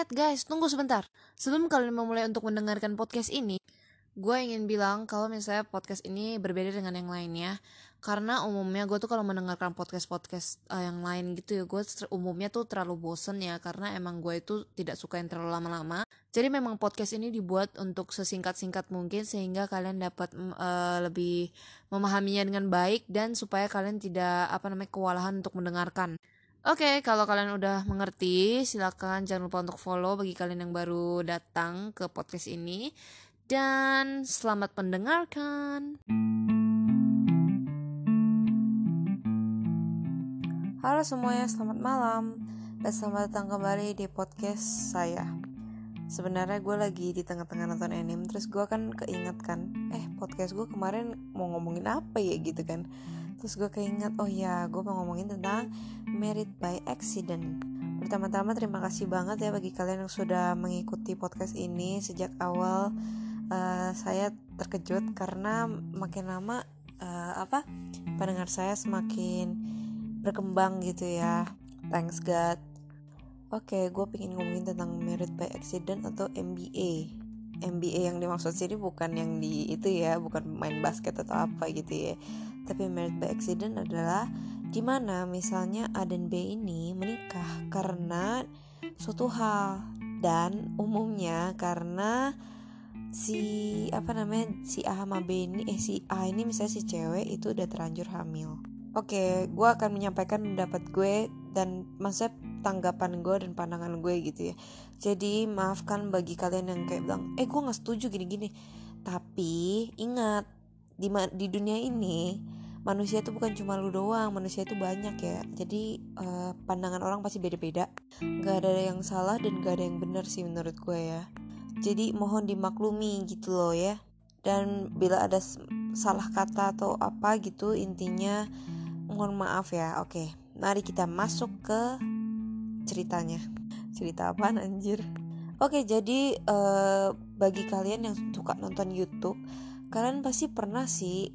Guys, tunggu sebentar. Sebelum kalian memulai untuk mendengarkan podcast ini, gue ingin bilang kalau misalnya podcast ini berbeda dengan yang lainnya. Karena umumnya gue tuh kalau mendengarkan podcast-podcast yang lain gitu ya, gue umumnya tuh terlalu bosen ya. Karena emang gue itu tidak suka yang terlalu lama-lama. Jadi memang podcast ini dibuat untuk sesingkat-singkat mungkin, sehingga kalian dapat lebih memahaminya dengan baik, dan supaya kalian tidak kewalahan untuk mendengarkan. Oke, kalau kalian udah mengerti, silakan jangan lupa untuk follow bagi kalian yang baru datang ke podcast ini. Dan selamat mendengarkan. Halo semuanya, selamat malam dan selamat datang kembali di podcast saya. Sebenarnya gue lagi di tengah-tengah nonton anime, terus gue kan keinget kan, podcast gue kemarin mau ngomongin apa ya gitu kan. Terus gue keinget, oh ya, gue mau ngomongin tentang Married by Accident. Pertama-tama terima kasih banget ya bagi kalian yang sudah mengikuti podcast ini sejak awal. Saya terkejut karena makin lama pendengar saya semakin berkembang gitu ya. Thanks God. Oke, gue pengen ngomongin tentang Married by Accident atau MBA. MBA yang dimaksud sini bukan yang di itu ya, bukan main basket atau apa gitu ya. Tapi Married by Accident adalah dimana misalnya A dan B ini menikah karena suatu hal, dan umumnya karena si A sama B ini si A ini misalnya si cewek itu udah terlanjur hamil. Oke, gue akan menyampaikan pendapat gue dan maksudnya tanggapan gue dan pandangan gue gitu ya. Jadi maafkan bagi kalian yang kayak bilang, gue gak setuju gini-gini. Tapi ingat, di dunia ini manusia itu bukan cuma lu doang, manusia itu banyak ya. Jadi pandangan orang pasti beda-beda. Gak ada yang salah dan gak ada yang benar sih menurut gue ya. Jadi mohon dimaklumi gitu loh ya. Dan bila ada salah kata atau apa gitu, intinya mohon maaf ya. Oke, mari kita masuk ke ceritanya. Cerita apaan anjir? Oke, jadi bagi kalian yang suka nonton YouTube, kalian pasti pernah sih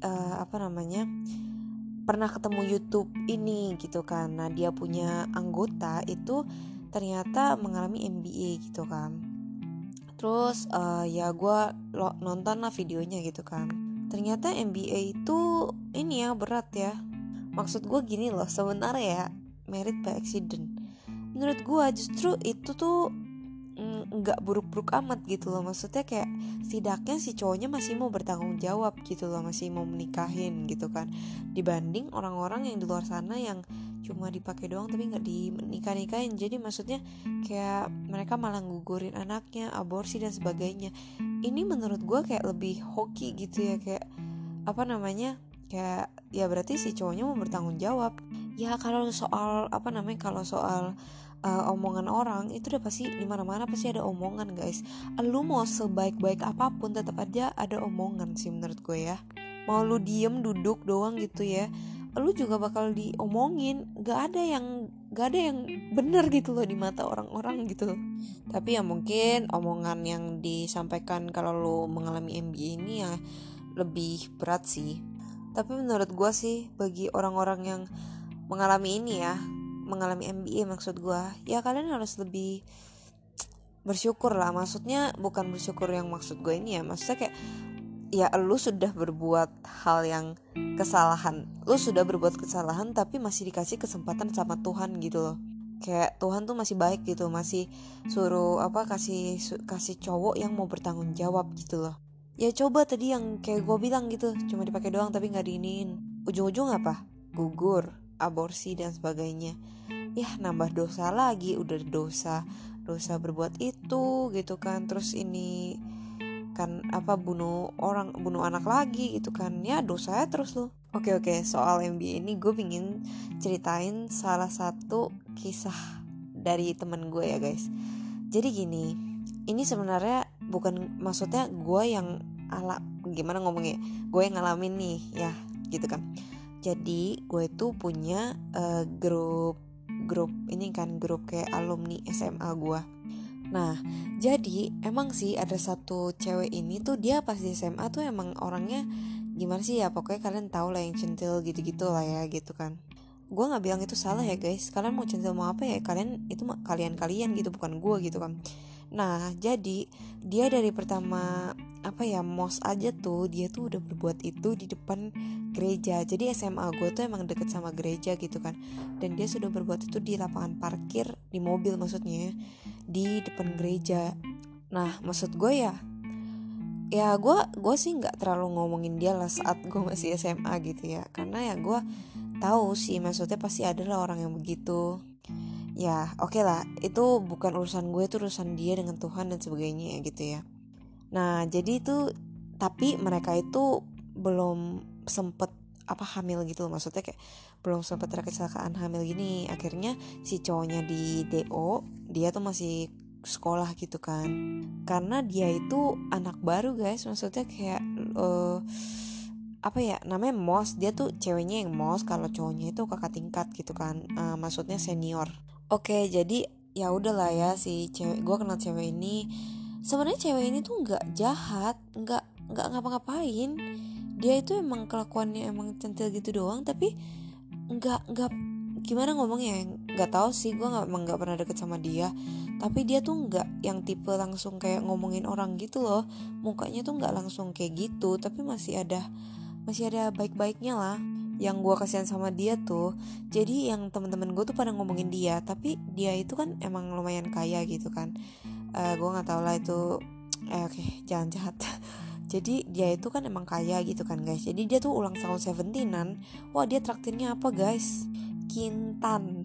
pernah ketemu YouTube ini gitu kan. Nah, dia punya anggota itu ternyata mengalami MBA gitu kan. Terus ya gue nonton lah videonya gitu kan. Ternyata MBA itu ini ya berat ya. Maksud gue gini loh, sebenarnya ya Married by Accident, menurut gue justru itu tuh nggak buruk-buruk amat gitu loh. Maksudnya kayak setidaknya si cowoknya masih mau bertanggung jawab gitu loh, masih mau menikahin gitu kan, dibanding orang-orang yang di luar sana yang cuma dipakai doang tapi nggak dinikah-nikahin. Jadi maksudnya kayak mereka malah gugurin anaknya, aborsi dan sebagainya. Ini menurut gue kayak lebih hoki gitu ya, kayak kayak ya berarti si cowoknya mau bertanggung jawab. Ya kalau soal omongan orang itu udah pasti di mana-mana pasti ada omongan guys. Lu mau sebaik-baik apapun tetap aja ada omongan sih menurut gue ya. Mau lu diem duduk doang gitu ya, lu juga bakal diomongin. Gak ada yang bener gitu loh di mata orang-orang gitu. Tapi ya mungkin omongan yang disampaikan kalau lu mengalami MBA ini ya lebih berat sih. Tapi menurut gue sih bagi orang-orang yang mengalami MBA maksud gue, ya kalian harus lebih bersyukur lah. Maksudnya bukan bersyukur yang maksud gue ini ya, maksudnya kayak ya lu sudah berbuat hal yang kesalahan, tapi masih dikasih kesempatan sama Tuhan gitu loh. Kayak Tuhan tuh masih baik gitu, masih suruh kasih cowok yang mau bertanggung jawab gitu loh. Ya coba tadi yang kayak gue bilang gitu, cuma dipakai doang tapi nggak diinin, ujung-ujung apa? Gugur, aborsi dan sebagainya. Ya nambah dosa lagi, udah dosa berbuat itu gitu kan, terus ini kan bunuh anak lagi gitu kan, ya dosanya terus loh. Oke, soal MBA ini gue pingin ceritain salah satu kisah dari temen gue ya guys. Jadi gini, ini sebenarnya bukan maksudnya gue yang gue yang ngalamin nih ya gitu kan. Jadi gue tuh punya grup ini kan, grup kayak alumni SMA gue. Nah jadi emang sih ada satu cewek ini tuh, dia pas di SMA tuh emang orangnya gimana sih ya, pokoknya kalian tahu lah yang centil gitu-gitu lah ya gitu kan. gue nggak bilang itu salah ya guys, kalian mau cinta mau apa ya kalian, itu kalian gitu, bukan gue gitu kan. Nah jadi dia dari pertama mos aja tuh dia tuh udah berbuat itu di depan gereja. Jadi SMA gue tuh emang deket sama gereja gitu kan, dan dia sudah berbuat itu di lapangan parkir, di mobil maksudnya, di depan gereja. Nah maksud gue ya gue sih nggak terlalu ngomongin dia lah saat gue masih SMA gitu ya, karena ya gue tahu sih maksudnya pasti ada lah orang yang begitu. Ya oke lah, itu bukan urusan gue, itu urusan dia dengan Tuhan dan sebagainya ya gitu ya. Nah jadi itu, tapi mereka itu belum sempet hamil gitu loh, maksudnya kayak belum sempet ada kecelakaan hamil gini. Akhirnya si cowoknya di DO, dia tuh masih sekolah gitu kan, karena dia itu anak baru guys, maksudnya kayak namanya mos, dia tuh ceweknya yang mos, kalau cowoknya itu kakak tingkat gitu kan, maksudnya senior. Oke jadi ya udahlah ya, si cewek, gue kenal cewek ini, sebenarnya cewek ini tuh nggak jahat, nggak ngapa-ngapain, dia itu emang kelakuannya emang centil gitu doang, tapi nggak gimana ngomongnya, nggak tahu sih, gue nggak pernah deket sama dia, tapi dia tuh nggak yang tipe langsung kayak ngomongin orang gitu loh, mukanya tuh nggak langsung kayak gitu, tapi masih ada baik-baiknya lah. Yang gue kasihan sama dia tuh, jadi yang teman-teman gue tuh pada ngomongin dia, tapi dia itu kan emang lumayan kaya gitu kan. Gue nggak tahu lah itu, oke, jangan jahat. Jadi dia itu kan emang kaya gitu kan guys, jadi dia tuh ulang tahun 17-an, wah dia traktirnya apa guys, kintan.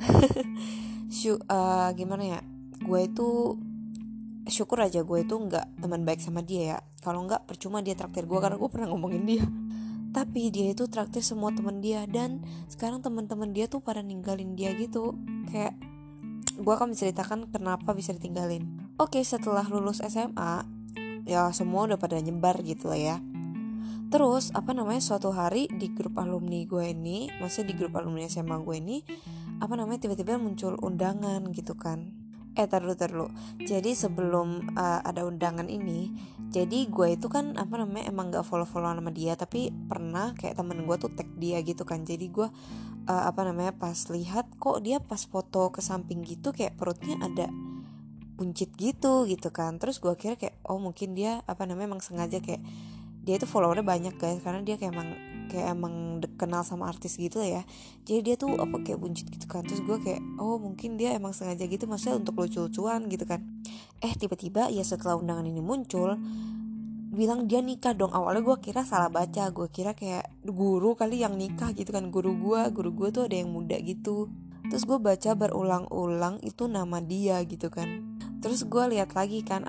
Gimana ya, gue itu syukur aja gue itu nggak teman baik sama dia ya, kalau nggak percuma dia traktir gue, karena gue pernah ngomongin dia. Tapi dia itu traktir semua teman dia, dan sekarang teman-teman dia tuh pada ninggalin dia gitu. Kayak gue akan menceritakan kenapa bisa ditinggalin. Oke, setelah lulus SMA, ya semua udah pada nyebar gitu lah ya. Terus suatu hari di grup alumni gue ini, maksudnya di grup alumni SMA gue ini, tiba-tiba muncul undangan gitu kan. Tar dulu. Jadi sebelum ada undangan ini, jadi gue itu kan emang gak follow-follow sama dia, tapi pernah kayak temen gue tuh tag dia gitu kan. Jadi gue pas lihat kok dia pas foto ke samping gitu kayak perutnya ada buncit gitu kan. Terus gue kira kayak mungkin dia emang sengaja, kayak dia itu followernya banyak guys, karena dia kayak emang kenal sama artis gitu ya. Jadi dia tuh kayak buncit gitu kan. Terus gue kayak mungkin dia emang sengaja gitu, maksudnya untuk lucu-lucuan gitu kan. Tiba-tiba ya setelah undangan ini muncul, bilang dia nikah dong. Awalnya gue kira salah baca, gue kira kayak guru kali yang nikah gitu kan. Guru gue tuh ada yang muda gitu. Terus gue baca berulang-ulang itu nama dia gitu kan. Terus gue lihat lagi kan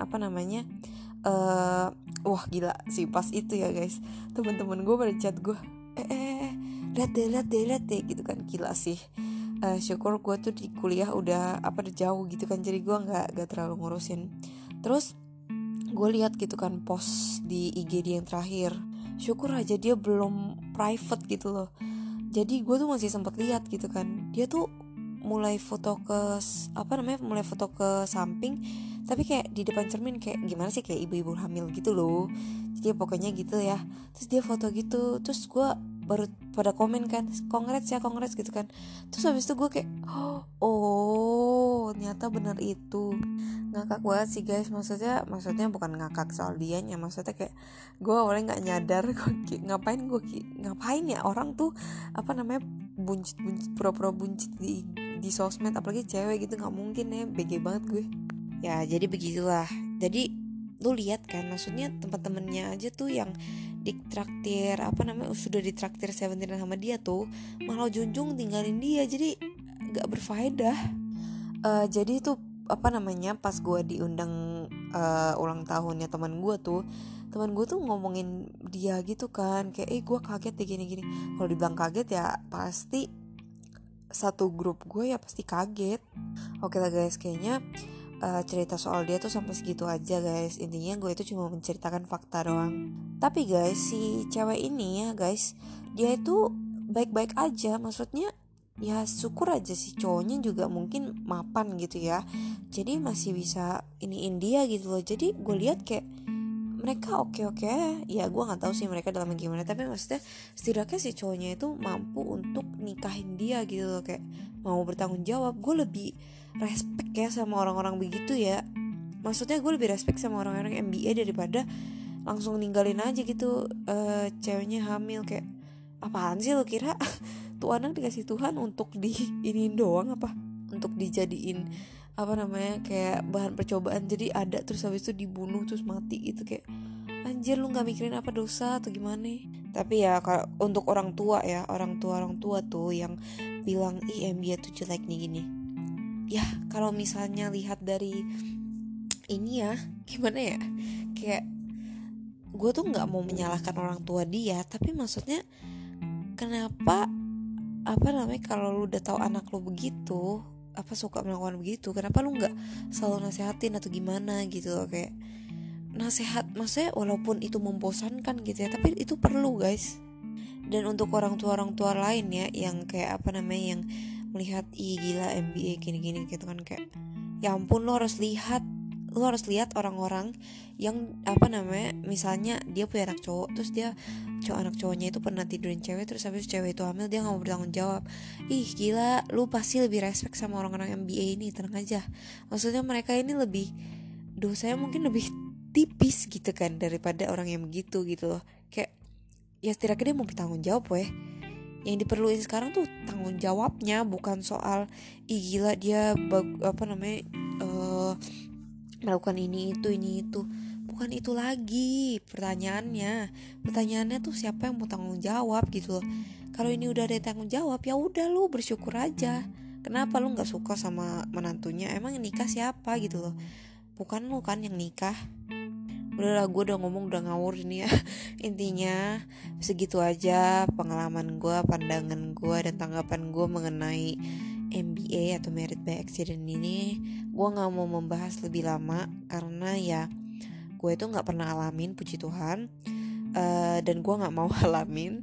wah gila sih, pas itu ya guys, teman-teman gue pada chat gue, lihat deh gitu kan. Gila sih, syukur gue tuh di kuliah udah jauh gitu kan, jadi gue nggak terlalu ngurusin. Terus gue lihat gitu kan post di IG dia yang terakhir, syukur aja dia belum private gitu loh. Jadi gue tuh masih sempat lihat gitu kan, dia tuh mulai foto ke samping, tapi kayak di depan cermin, kayak gimana sih, kayak ibu-ibu hamil gitu loh. Jadi pokoknya gitu ya. Terus dia foto gitu, terus gue baru pada komen kan, congrats gitu kan. Terus habis itu gue kayak ternyata benar itu. Ngakak banget sih guys, maksudnya bukan ngakak soal dianya, maksudnya kayak gue awalnya nggak nyadar, ngapain ya orang tuh buncit pura-pura buncit di sosmed, apalagi cewek gitu, nggak mungkin ya, BG banget gue. Ya jadi begitulah. Jadi lu lihat kan, maksudnya teman-temannya aja tuh yang ditraktir sudah ditraktir Seventeen sama dia tuh malah junjung tinggalin dia, jadi gak berfaedah. Jadi tuh pas gue diundang ulang tahunnya teman gue tuh ngomongin dia gitu kan, kayak gue kaget deh gini-gini. Kalau dibilang kaget ya pasti satu grup gue ya pasti kaget. Oke lah guys, kayaknya cerita soal dia tuh sampai segitu aja guys. Intinya gue itu cuma menceritakan fakta doang. Tapi guys, si cewek ini ya guys, dia itu baik-baik aja, maksudnya ya syukur aja si cowoknya juga mungkin mapan gitu ya, jadi masih bisa iniin dia gitu loh. Jadi gue lihat kayak mereka oke-oke ya, gue nggak tahu sih mereka dalamnya gimana, tapi maksudnya setidaknya si cowoknya itu mampu untuk nikahin dia gitu loh, kayak mau bertanggung jawab. Gue lebih respect ya sama orang-orang begitu ya, maksudnya gue lebih respect sama orang-orang MBA daripada langsung ninggalin aja gitu ceweknya hamil. Kayak apaan sih lo kira tuh anak dikasih Tuhan untuk diinin doang apa, untuk dijadiin apa namanya kayak bahan percobaan, jadi ada terus habis itu dibunuh terus mati gitu. Kayak anjir, lu nggak mikirin apa dosa atau gimana? Tapi ya kalau untuk orang tua ya, orang tua tuh yang bilang ih MBA tuh jelek nih gini, ya kalau misalnya lihat dari ini ya gimana ya, kayak gue tuh nggak mau menyalahkan orang tua dia, tapi maksudnya kenapa apa namanya kalau lu udah tahu anak lu begitu apa suka melakukan begitu, kenapa lu nggak selalu nasehatin atau gimana gitu loh. Kayak nasehat maksudnya walaupun itu membosankan gitu ya, tapi itu perlu guys. Dan untuk orang tua lain ya yang kayak apa namanya yang melihat ih gila MBA gini-gini gitu kan, kayak ya ampun, lu harus lihat orang-orang yang apa namanya misalnya dia punya anak cowok, terus dia anak cowoknya itu pernah tidurin cewek, terus habis cewek itu hamil dia nggak mau bertanggung jawab. Ih gila, lu pasti lebih respect sama orang-orang MBA ini, tenang aja. Maksudnya mereka ini lebih, dosanya mungkin lebih tipis gitu kan daripada orang yang begitu gitu loh. Kayak ya setidaknya dia mau bertanggung jawab weh. Yang diperluin sekarang tuh tanggung jawabnya, bukan soal ih gila dia apa namanya melakukan ini itu. Bukan itu lagi pertanyaannya tuh siapa yang mau tanggung jawab gitu loh. Kalau ini udah ada yang tanggung jawab ya udah, lu bersyukur aja. Kenapa lu nggak suka sama menantunya, emang yang nikah siapa gitu loh, bukan lu kan yang nikah. Udahlah, gue udah ngomong udah ngawur ini ya. Intinya segitu aja pengalaman gue, pandangan gue, dan tanggapan gue mengenai MBA atau Married by Accident ini. Gue gak mau membahas lebih lama karena ya gue itu gak pernah alamin, puji Tuhan. Dan gue gak mau alamin.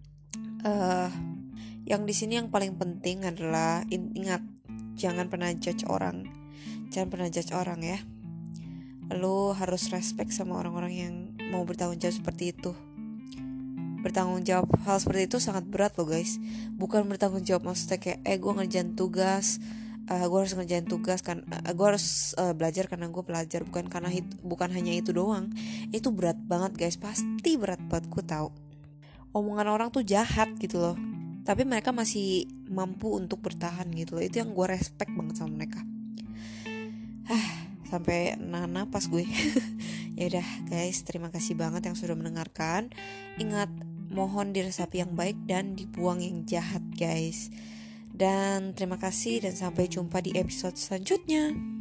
Yang di sini yang paling penting adalah ingat, jangan pernah judge orang. Jangan pernah judge orang ya. Lo harus respect sama orang-orang yang mau bertanggung jawab seperti itu. Bertanggung jawab hal seperti itu sangat berat loh guys. Bukan bertanggung jawab maksudnya kayak gue ngerjain tugas, gue harus ngerjain tugas kan, gue harus belajar karena gue belajar, bukan hanya itu doang. Itu berat banget guys, pasti berat banget, gue tahu. Omongan orang tuh jahat gitu loh, tapi mereka masih mampu untuk bertahan gitu loh. Itu yang gue respect banget sama mereka. Sampai napas gue. Ya udah guys, terima kasih banget yang sudah mendengarkan. Ingat, mohon diresapi yang baik dan dibuang yang jahat guys. Dan terima kasih dan sampai jumpa di episode selanjutnya.